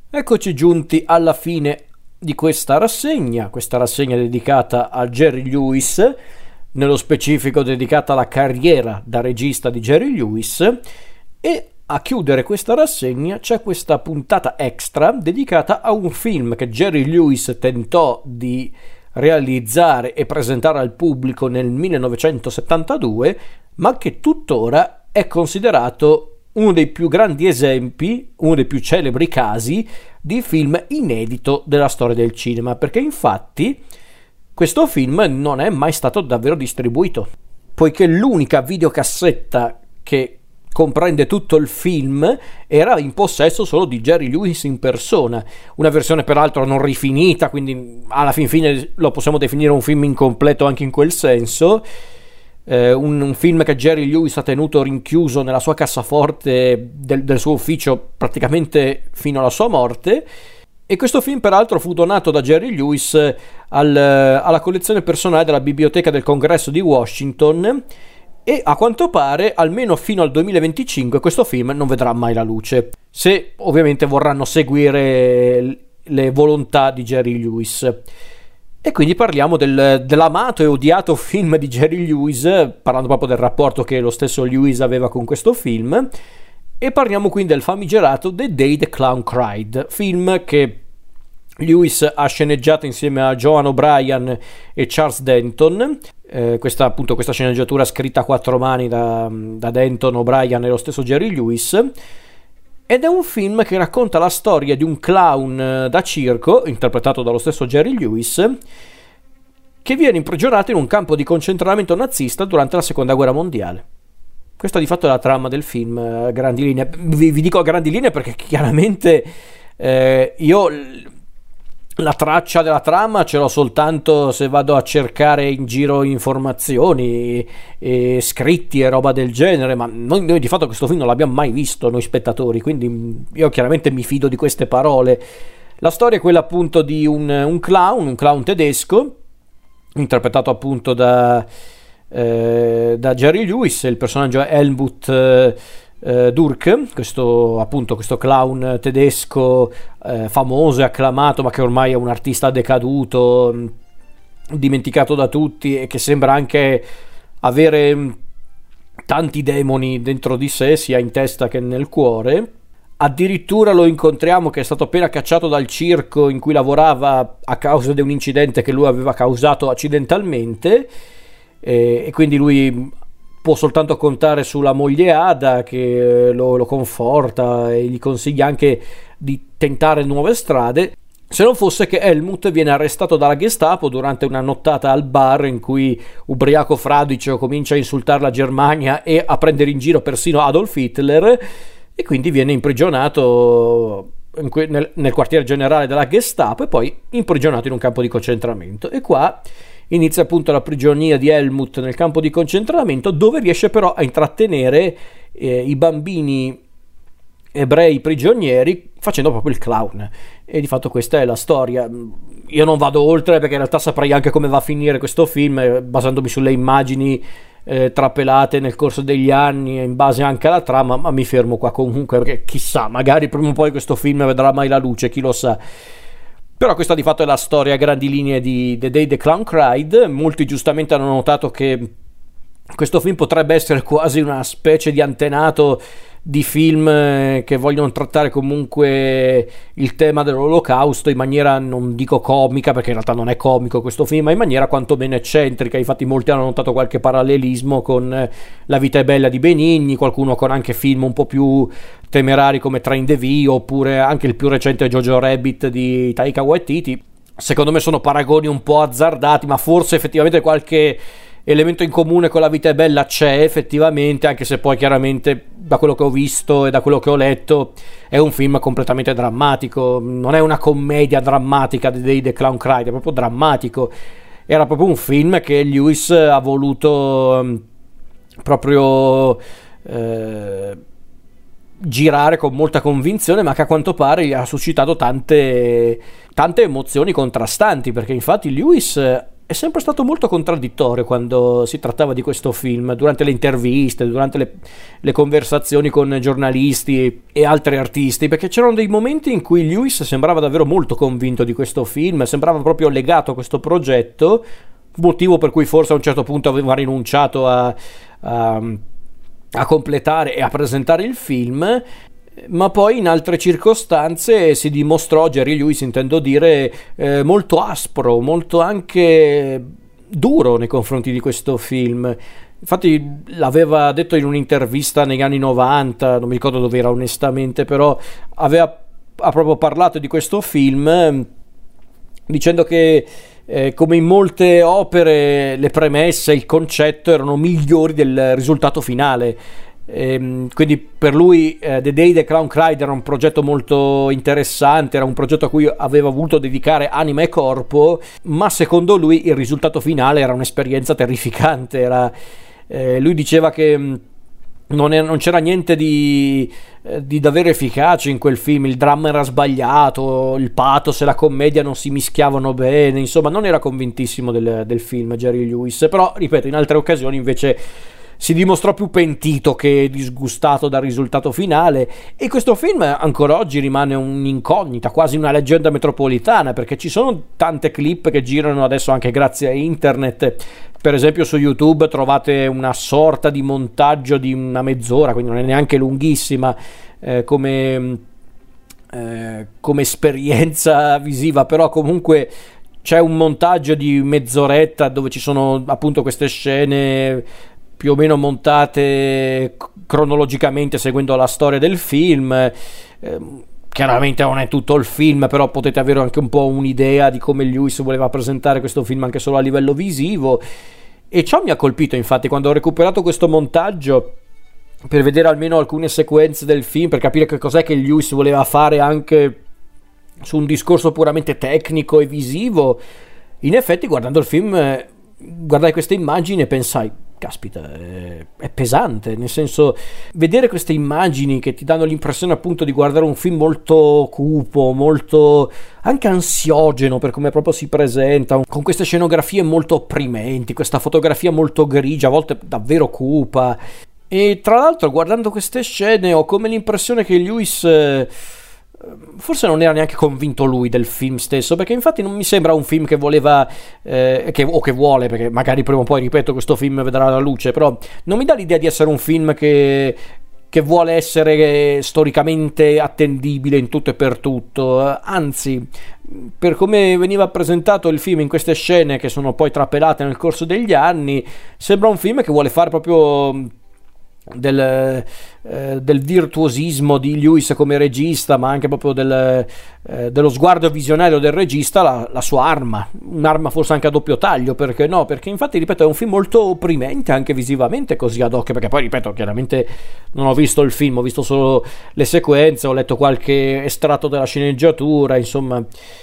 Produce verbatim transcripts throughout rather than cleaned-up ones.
Eccoci giunti alla fine di questa rassegna, questa rassegna dedicata a Jerry Lewis, nello specifico dedicata alla carriera da regista di Jerry Lewis, e a chiudere questa rassegna c'è questa puntata extra dedicata a un film che Jerry Lewis tentò di realizzare e presentare al pubblico nel millenovecentosettantadue, ma che tuttora è considerato uno dei più grandi esempi, uno dei più celebri casi di film inedito della storia del cinema, perché infatti questo film non è mai stato davvero distribuito, poiché l'unica videocassetta che comprende tutto il film era in possesso solo di Jerry Lewis in persona, una versione peraltro non rifinita, quindi alla fin fine lo possiamo definire un film incompleto anche in quel senso. Uh, un, un film che Jerry Lewis ha tenuto rinchiuso nella sua cassaforte del, del suo ufficio praticamente fino alla sua morte, e questo film peraltro fu donato da Jerry Lewis al, alla collezione personale della Biblioteca del Congresso di Washington, e a quanto pare almeno fino al duemilaventicinque questo film non vedrà mai la luce, se ovviamente vorranno seguire le volontà di Jerry Lewis. E quindi parliamo del, dell'amato e odiato film di Jerry Lewis, parlando proprio del rapporto che lo stesso Lewis aveva con questo film, e parliamo quindi del famigerato The Day the Clown Cried, film che Lewis ha sceneggiato insieme a Joan O'Brien e Charles Denton. Eh, questa appunto questa sceneggiatura scritta a quattro mani da, da Denton, O'Brien e lo stesso Jerry Lewis. Ed è un film che racconta la storia di un clown da circo, interpretato dallo stesso Jerry Lewis, che viene imprigionato in un campo di concentramento nazista durante la Seconda Guerra Mondiale. Questa di fatto è la trama del film, a grandi linee. Vi, vi dico a grandi linee perché chiaramente eh, io la traccia della trama ce l'ho soltanto se vado a cercare in giro informazioni e scritti e roba del genere, ma noi, noi di fatto questo film non l'abbiamo mai visto, noi spettatori, quindi io chiaramente mi fido di queste parole. La storia è quella appunto di un, un clown, un clown tedesco, interpretato appunto da, eh, da Jerry Lewis. Il personaggio è Helmut eh, Uh, Durk, questo appunto questo clown tedesco uh, famoso e acclamato, ma che ormai è un artista decaduto, mh, dimenticato da tutti, e che sembra anche avere mh, tanti demoni dentro di sé, sia in testa che nel cuore. Addirittura lo incontriamo che è stato appena cacciato dal circo in cui lavorava a causa di un incidente che lui aveva causato accidentalmente, e, e quindi lui può soltanto contare sulla moglie Ada che lo, lo conforta e gli consiglia anche di tentare nuove strade, se non fosse che Helmut viene arrestato dalla Gestapo durante una nottata al bar in cui ubriaco fradicio comincia a insultare la Germania e a prendere in giro persino Adolf Hitler, e quindi viene imprigionato in que- nel, nel quartiere generale della Gestapo e poi imprigionato in un campo di concentramento. E qua inizia appunto la prigionia di Helmut nel campo di concentramento, dove riesce però a intrattenere eh, i bambini ebrei prigionieri facendo proprio il clown, e di fatto questa è la storia. Io non vado oltre perché in realtà saprei anche come va a finire questo film basandomi sulle immagini eh, trapelate nel corso degli anni, in base anche alla trama, ma mi fermo qua comunque perché chissà, magari prima o poi questo film vedrà mai la luce, chi lo sa. Però questa di fatto è la storia a grandi linee di The Day the Clown Cried. Molti giustamente hanno notato che questo film potrebbe essere quasi una specie di antenato di film che vogliono trattare comunque il tema dell'Olocausto in maniera, non dico comica perché in realtà non è comico questo film, ma in maniera quantomeno eccentrica. Infatti molti hanno notato qualche parallelismo con La vita è bella di Benigni, qualcuno con anche film un po' più temerari come Train the V, oppure anche il più recente Jojo Rabbit di Taika Waititi. Secondo me sono paragoni un po' azzardati, ma forse effettivamente qualche elemento in comune con La vita è bella c'è effettivamente, anche se poi chiaramente da quello che ho visto e da quello che ho letto è un film completamente drammatico, non è una commedia drammatica The Day the Clown Cried, è proprio drammatico. Era proprio un film che Lewis ha voluto um, proprio eh, girare con molta convinzione, ma che a quanto pare gli ha suscitato tante tante emozioni contrastanti, perché infatti Lewis è sempre stato molto contraddittorio quando si trattava di questo film, durante le interviste, durante le, le conversazioni con giornalisti e altri artisti, perché c'erano dei momenti in cui Lewis sembrava davvero molto convinto di questo film, sembrava proprio legato a questo progetto, motivo per cui forse a un certo punto aveva rinunciato a, a, a completare e a presentare il film. Ma poi in altre circostanze si dimostrò, Jerry Lewis intendo dire, eh, molto aspro, molto anche duro nei confronti di questo film. Infatti l'aveva detto in un'intervista negli anni novanta, non mi ricordo dove era onestamente, però aveva ha proprio parlato di questo film dicendo che eh, come in molte opere le premesse, il concetto erano migliori del risultato finale. Ehm, quindi per lui eh, The Day the Clown Cried era un progetto molto interessante, era un progetto a cui aveva voluto dedicare anima e corpo, ma secondo lui il risultato finale era un'esperienza terrificante. Era, eh, lui diceva che mh, non, è, non c'era niente di, eh, di davvero efficace in quel film, il dramma era sbagliato, il pathos e la commedia non si mischiavano bene, insomma non era convintissimo del, del film Jerry Lewis. Però ripeto, in altre occasioni invece si dimostrò più pentito che disgustato dal risultato finale, e questo film ancora oggi rimane un'incognita, quasi una leggenda metropolitana, perché ci sono tante clip che girano adesso anche grazie a internet. Per esempio su YouTube trovate una sorta di montaggio di una mezz'ora, quindi non è neanche lunghissima eh, come, eh, come esperienza visiva, però comunque c'è un montaggio di mezz'oretta dove ci sono appunto queste scene più o meno montate cronologicamente seguendo la storia del film. Eh, chiaramente non è tutto il film, però potete avere anche un po' un'idea di come Lewis voleva presentare questo film anche solo a livello visivo, e ciò mi ha colpito infatti quando ho recuperato questo montaggio per vedere almeno alcune sequenze del film, per capire che cos'è che Lewis voleva fare anche su un discorso puramente tecnico e visivo. In effetti guardando il film guardai queste immagini e pensai, caspita, è pesante, nel senso, vedere queste immagini che ti danno l'impressione appunto di guardare un film molto cupo, molto anche ansiogeno per come proprio si presenta, con queste scenografie molto opprimenti, questa fotografia molto grigia, a volte davvero cupa. E tra l'altro guardando queste scene ho come l'impressione che Lewis eh, forse non era neanche convinto lui del film stesso, perché infatti non mi sembra un film che voleva eh, che, o che vuole, perché magari prima o poi, ripeto, questo film vedrà la luce, però non mi dà l'idea di essere un film che, che vuole essere storicamente attendibile in tutto e per tutto. Anzi, per come veniva presentato il film in queste scene che sono poi trapelate nel corso degli anni, sembra un film che vuole fare proprio Del, eh, del virtuosismo di Lewis come regista, ma anche proprio del, eh, dello sguardo visionario del regista la, la sua arma, un'arma forse anche a doppio taglio, perché no? Perché infatti, ripeto, è un film molto opprimente anche visivamente così ad occhio, perché poi, ripeto, chiaramente non ho visto il film, ho visto solo le sequenze, ho letto qualche estratto della sceneggiatura, insomma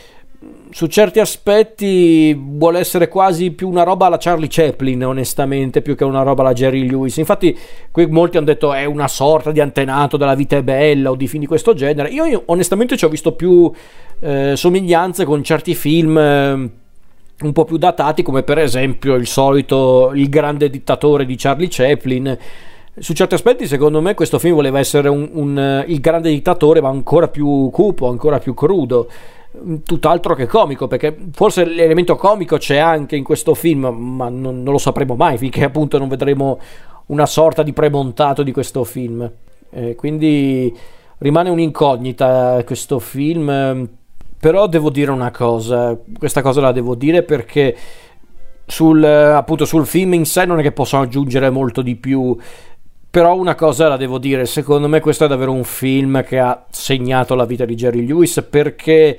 su certi aspetti vuole essere quasi più una roba alla Charlie Chaplin, onestamente, più che una roba alla Jerry Lewis. Infatti qui molti hanno detto è una sorta di antenato della Vita è bella o di film di questo genere. Io, io onestamente ci ho visto più eh, somiglianze con certi film eh, un po' più datati, come per esempio il solito Il grande dittatore di Charlie Chaplin. Su certi aspetti secondo me questo film voleva essere un, un, il grande dittatore, ma ancora più cupo, ancora più crudo, tutt'altro che comico, perché forse l'elemento comico c'è anche in questo film, ma non, non lo sapremo mai finché appunto non vedremo una sorta di premontato di questo film. Eh, quindi rimane un'incognita questo film, però devo dire una cosa, questa cosa la devo dire perché sul, appunto sul film in sé non è che posso aggiungere molto di più, però una cosa la devo dire, secondo me questo è davvero un film che ha segnato la vita di Jerry Lewis, perché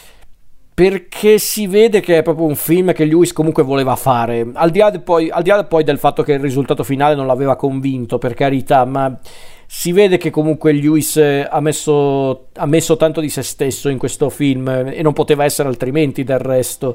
perché si vede che è proprio un film che Lewis comunque voleva fare, al di là de poi, al di là poi del fatto che il risultato finale non l'aveva convinto, per carità, ma si vede che comunque Lewis ha messo, ha messo tanto di se stesso in questo film e non poteva essere altrimenti del resto.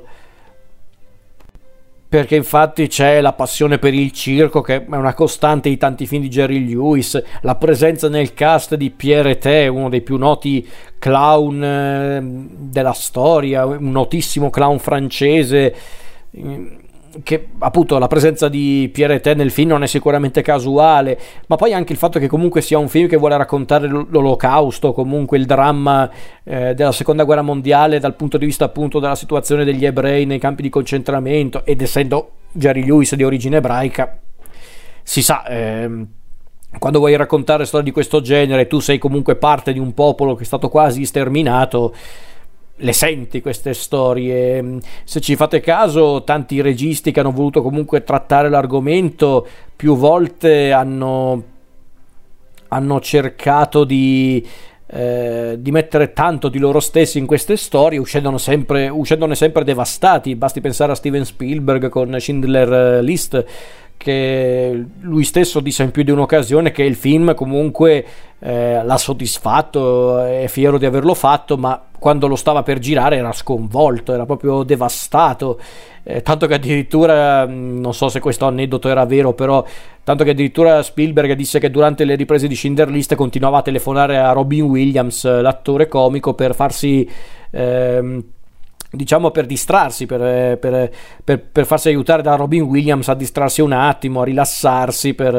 Perché infatti c'è la passione per il circo, che è una costante di tanti film di Jerry Lewis, la presenza nel cast di Pierre Eté, uno dei più noti clown della storia, un notissimo clown francese, che appunto la presenza di Pierre Té nel film non è sicuramente casuale, ma poi anche il fatto che comunque sia un film che vuole raccontare l'olocausto, comunque il dramma eh, della seconda guerra mondiale dal punto di vista appunto della situazione degli ebrei nei campi di concentramento, ed essendo Jerry Lewis di origine ebraica, si sa, ehm, quando vuoi raccontare storie di questo genere, tu sei comunque parte di un popolo che è stato quasi sterminato, le senti queste storie. Se ci fate caso, tanti registi che hanno voluto comunque trattare l'argomento più volte hanno, hanno cercato di, eh, di mettere tanto di loro stessi in queste storie, uscendone sempre, uscendone sempre devastati. Basti pensare a Steven Spielberg con Schindler List, che lui stesso disse in più di un'occasione che il film comunque eh, l'ha soddisfatto, è fiero di averlo fatto, ma quando lo stava per girare era sconvolto, era proprio devastato, eh, tanto che addirittura, non so se questo aneddoto era vero, però tanto che addirittura Spielberg disse che durante le riprese di Schindler List continuava a telefonare a Robin Williams, l'attore comico, per farsi ehm, diciamo per distrarsi, per, per, per, per farsi aiutare da Robin Williams a distrarsi un attimo, a rilassarsi, per,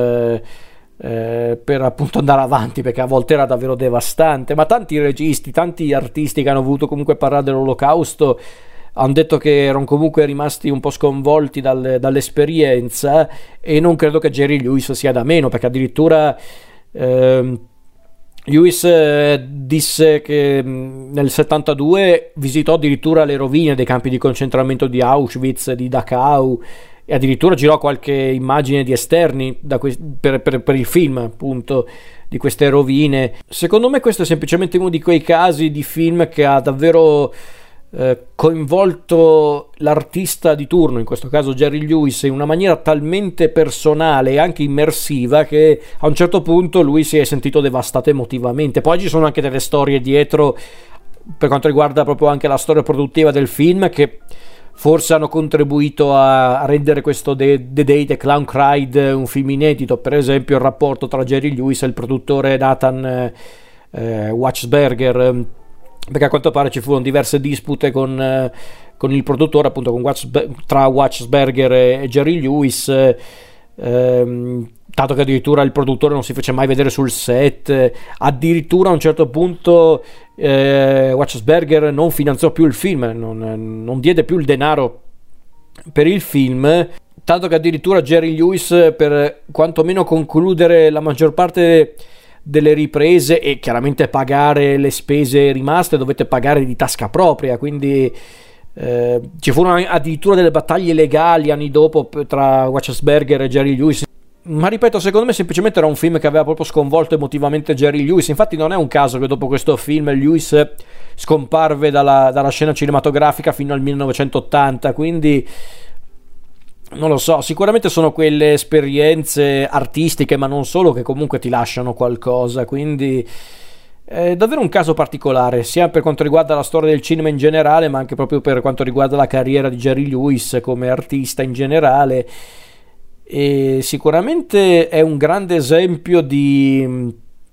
eh, per appunto andare avanti, perché a volte era davvero devastante. Ma tanti registi, tanti artisti che hanno voluto comunque parlare dell'olocausto hanno detto che erano comunque rimasti un po' sconvolti dal, dall'esperienza, e non credo che Jerry Lewis sia da meno, perché addirittura eh, Lewis eh, disse che mh, nel settantadue visitò addirittura le rovine dei campi di concentramento di Auschwitz, di Dachau, e addirittura girò qualche immagine di esterni da que- per, per, per il film, appunto, di queste rovine. Secondo me questo è semplicemente uno di quei casi di film che ha davvero eh, coinvolto l'artista di turno, in questo caso Jerry Lewis, in una maniera talmente personale e anche immersiva che a un certo punto lui si è sentito devastato emotivamente. Poi ci sono anche delle storie dietro, per quanto riguarda proprio anche la storia produttiva del film, che forse hanno contribuito a rendere questo The, The Day the Clown Cried un film inedito. Per esempio il rapporto tra Jerry Lewis e il produttore Nathan eh, Wachsberger, perché a quanto pare ci furono diverse dispute con, eh, con il produttore, appunto con Watch, tra Wachsberger e, e Jerry Lewis, eh, ehm, tanto che addirittura il produttore non si fece mai vedere sul set. Addirittura a un certo punto eh, Wachsberger non finanziò più il film, non, non diede più il denaro per il film, tanto che addirittura Jerry Lewis, per quantomeno concludere la maggior parte delle riprese e chiaramente pagare le spese rimaste, dovete pagare di tasca propria, quindi eh, ci furono addirittura delle battaglie legali anni dopo tra Wachsberger e Jerry Lewis. Ma ripeto, secondo me semplicemente era un film che aveva proprio sconvolto emotivamente Jerry Lewis. Infatti non è un caso che dopo questo film Lewis scomparve dalla, dalla scena cinematografica fino al millenovecentottanta, quindi non lo so, sicuramente sono quelle esperienze artistiche, ma non solo, che comunque ti lasciano qualcosa, quindi è davvero un caso particolare, sia per quanto riguarda la storia del cinema in generale, ma anche proprio per quanto riguarda la carriera di Jerry Lewis come artista in generale. E sicuramente è un grande esempio di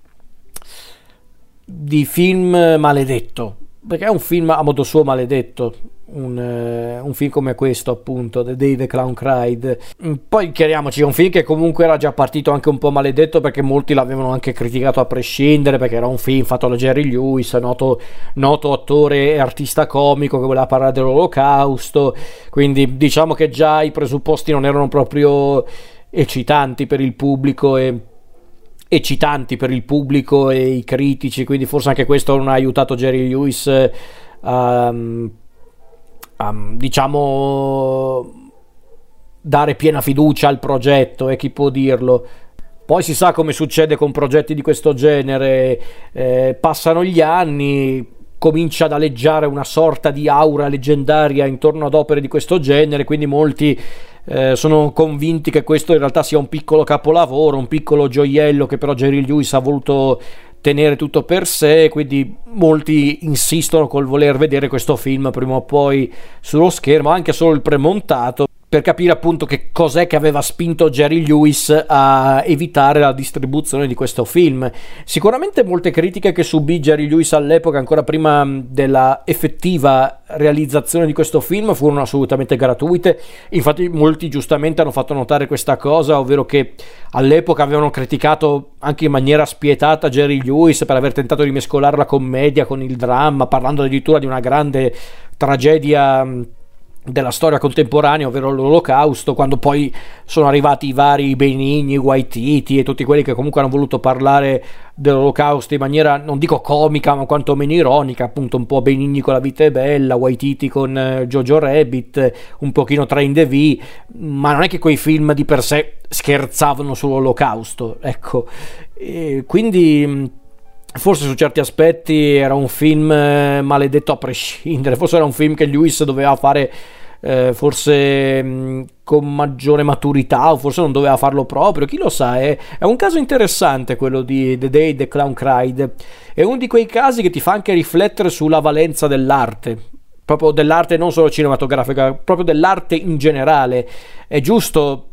di film maledetto, perché è un film a modo suo maledetto, un, uh, un film come questo, appunto, The Day the Clown Cried. Poi chiariamoci, è un film che comunque era già partito anche un po' maledetto, perché molti l'avevano anche criticato a prescindere, perché era un film fatto da Jerry Lewis, noto, noto attore e artista comico che voleva parlare dell'olocausto, quindi diciamo che già i presupposti non erano proprio eccitanti per il pubblico e eccitanti per il pubblico e i critici, quindi forse anche questo non ha aiutato Jerry Lewis a, a diciamo dare piena fiducia al progetto, e chi può dirlo. Poi si sa come succede con progetti di questo genere, eh, passano gli anni, comincia ad aleggiare una sorta di aura leggendaria intorno ad opere di questo genere, quindi molti Eh, sono convinti che questo in realtà sia un piccolo capolavoro, un piccolo gioiello che però Jerry Lewis ha voluto tenere tutto per sé, quindi molti insistono col voler vedere questo film prima o poi sullo schermo, anche solo il premontato, per capire appunto che cos'è che aveva spinto Jerry Lewis a evitare la distribuzione di questo film. Sicuramente molte critiche che subì Jerry Lewis all'epoca, ancora prima della effettiva realizzazione di questo film, furono assolutamente gratuite. Infatti molti giustamente hanno fatto notare questa cosa, ovvero che all'epoca avevano criticato anche in maniera spietata Jerry Lewis per aver tentato di mescolare la commedia con il dramma, parlando addirittura di una grande tragedia della storia contemporanea, ovvero l'Olocausto, quando poi sono arrivati i vari Benigni, Waititi e tutti quelli che comunque hanno voluto parlare dell'Olocausto in maniera, non dico comica, ma quantomeno ironica, appunto un po' Benigni con La vita è bella, Waititi con uh, Jojo Rabbit, un pochino Train the V, ma non è che quei film di per sé scherzavano sull'Olocausto, ecco. E quindi forse su certi aspetti era un film maledetto a prescindere, forse era un film che Lewis doveva fare eh, forse mh, con maggiore maturità, o forse non doveva farlo proprio, chi lo sa. È, è un caso interessante quello di The Day the Clown Cried, è uno di quei casi che ti fa anche riflettere sulla valenza dell'arte, proprio dell'arte non solo cinematografica, proprio dell'arte in generale. È giusto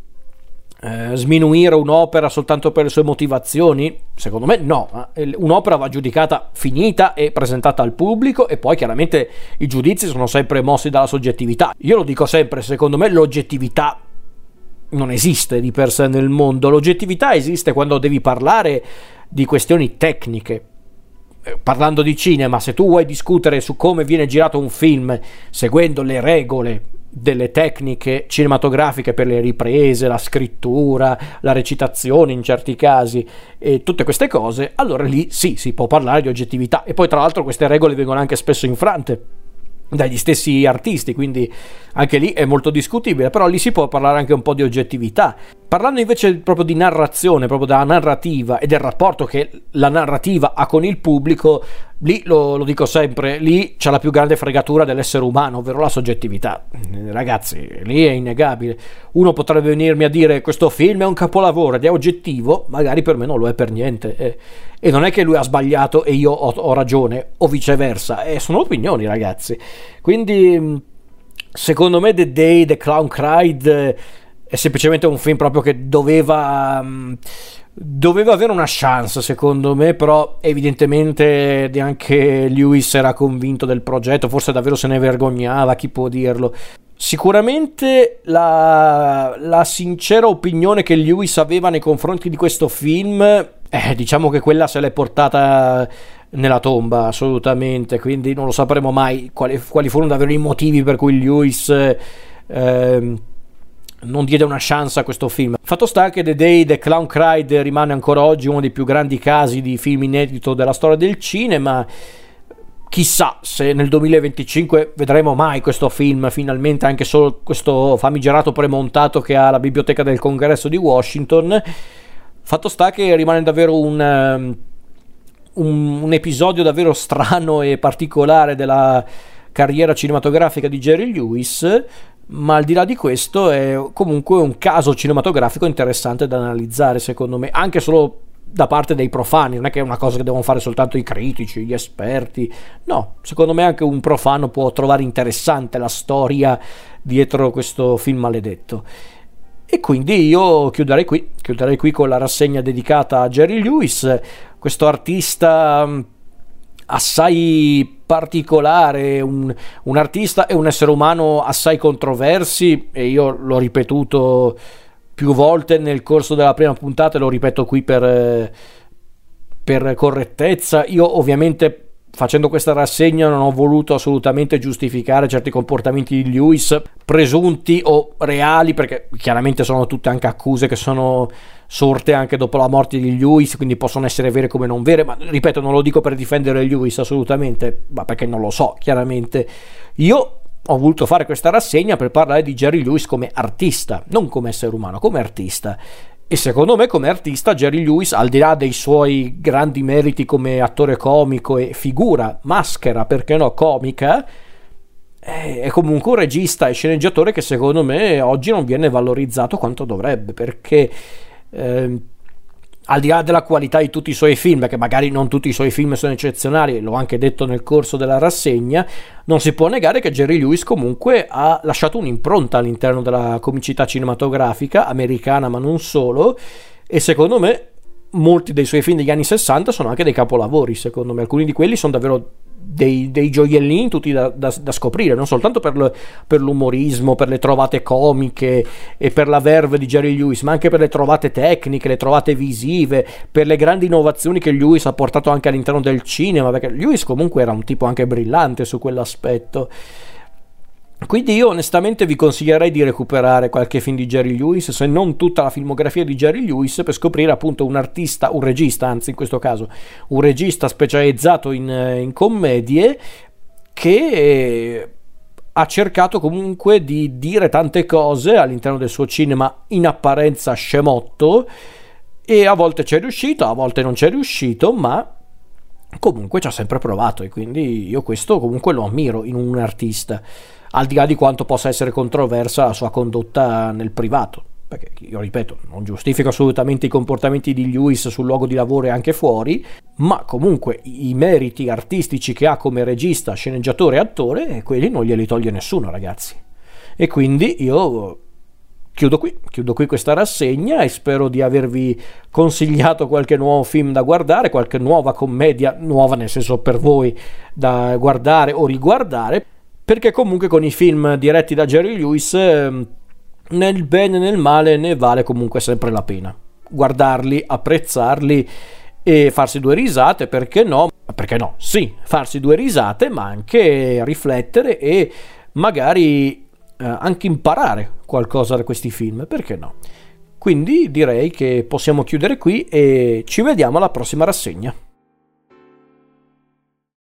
Eh, sminuire un'opera soltanto per le sue motivazioni? Secondo me no. Un'opera va giudicata finita e presentata al pubblico, e poi chiaramente i giudizi sono sempre mossi dalla soggettività. Io lo dico sempre, secondo me l'oggettività non esiste di per sé nel mondo. L'oggettività esiste quando devi parlare di questioni tecniche. Parlando di cinema, se tu vuoi discutere su come viene girato un film seguendo le regole delle tecniche cinematografiche per le riprese, la scrittura, la recitazione in certi casi e tutte queste cose, allora lì sì, si può parlare di oggettività. E poi tra l'altro queste regole vengono anche spesso infrante dagli stessi artisti, quindi anche lì è molto discutibile, però lì si può parlare anche un po' di oggettività. Parlando invece proprio di narrazione, proprio della narrativa e del rapporto che la narrativa ha con il pubblico, lì lo, lo dico sempre, lì c'è la più grande fregatura dell'essere umano, ovvero la soggettività. Ragazzi, lì è innegabile. Uno potrebbe venirmi a dire questo film è un capolavoro ed è oggettivo, magari per me non lo è per niente, e, e non è che lui ha sbagliato e io ho, ho ragione, o viceversa, e sono opinioni, ragazzi. Quindi secondo me The Day the Clown Cried è semplicemente un film proprio che doveva doveva avere una chance, secondo me, però evidentemente neanche Lewis era convinto del progetto, forse davvero se ne vergognava, chi può dirlo. Sicuramente la, la sincera opinione che Lewis aveva nei confronti di questo film, eh, diciamo che quella se l'è portata nella tomba, assolutamente, quindi non lo sapremo mai quali, quali furono davvero i motivi per cui Lewis eh, non diede una chance a questo film. Fatto sta che The Day the Clown Cried rimane ancora oggi uno dei più grandi casi di film inedito della storia del cinema. Chissà se nel duemilaventicinque vedremo mai questo film, finalmente, anche solo questo famigerato premontato che ha la biblioteca del Congresso di Washington. Fatto sta che rimane davvero un, un, un episodio davvero strano e particolare della carriera cinematografica di Jerry Lewis, ma al di là di questo è comunque un caso cinematografico interessante da analizzare, secondo me, anche solo da parte dei profani. Non è che è una cosa che devono fare soltanto i critici, gli esperti, no, secondo me anche un profano può trovare interessante la storia dietro questo film maledetto. E quindi io chiuderei qui, chiuderei qui con la rassegna dedicata a Jerry Lewis, questo artista assai particolare, un, un artista e un essere umano assai controversi, e io l'ho ripetuto più volte nel corso della prima puntata e lo ripeto qui per, per correttezza. Io ovviamente, facendo questa rassegna, non ho voluto assolutamente giustificare certi comportamenti di Lewis, presunti o reali, perché chiaramente sono tutte anche accuse che sono sorte anche dopo la morte di Lewis, quindi possono essere vere come non vere, ma ripeto, non lo dico per difendere Lewis assolutamente, ma perché non lo so, chiaramente. Io ho voluto fare questa rassegna per parlare di Jerry Lewis come artista, non come essere umano, come artista. E secondo me come artista Jerry Lewis, al di là dei suoi grandi meriti come attore comico e figura, maschera, perché no, comica, è comunque un regista e sceneggiatore che secondo me oggi non viene valorizzato quanto dovrebbe, perché eh, al di là della qualità di tutti i suoi film, che magari non tutti i suoi film sono eccezionali, l'ho anche detto nel corso della rassegna, non si può negare che Jerry Lewis comunque ha lasciato un'impronta all'interno della comicità cinematografica americana, ma non solo, e secondo me molti dei suoi film degli anni sessanta sono anche dei capolavori, secondo me. Alcuni di quelli sono davvero dei, dei gioiellini tutti da, da, da scoprire, non soltanto per, lo, per l'umorismo, per le trovate comiche e per la verve di Jerry Lewis, ma anche per le trovate tecniche, le trovate visive, per le grandi innovazioni che Lewis ha portato anche all'interno del cinema, perché Lewis comunque era un tipo anche brillante su quell'aspetto. Quindi io onestamente vi consiglierei di recuperare qualche film di Jerry Lewis, se non tutta la filmografia di Jerry Lewis, per scoprire appunto un artista, un regista, anzi in questo caso un regista specializzato in, in commedie, che ha cercato comunque di dire tante cose all'interno del suo cinema in apparenza scemotto, e a volte c'è riuscito, a volte non c'è riuscito, ma comunque ci ha sempre provato, e quindi io questo comunque lo ammiro in un artista, al di là di quanto possa essere controversa la sua condotta nel privato, perché io ripeto, non giustifico assolutamente i comportamenti di Lewis sul luogo di lavoro e anche fuori, ma comunque i meriti artistici che ha come regista, sceneggiatore e attore, quelli non glieli toglie nessuno, ragazzi. E quindi io chiudo qui, chiudo qui questa rassegna, e spero di avervi consigliato qualche nuovo film da guardare, qualche nuova commedia, nuova nel senso per voi, da guardare o riguardare, perché comunque con i film diretti da Jerry Lewis, nel bene e nel male, ne vale comunque sempre la pena guardarli, apprezzarli e farsi due risate, perché no? Perché no? Sì, farsi due risate, ma anche riflettere e magari eh, anche imparare qualcosa da questi film, perché no? Quindi direi che possiamo chiudere qui e ci vediamo alla prossima rassegna.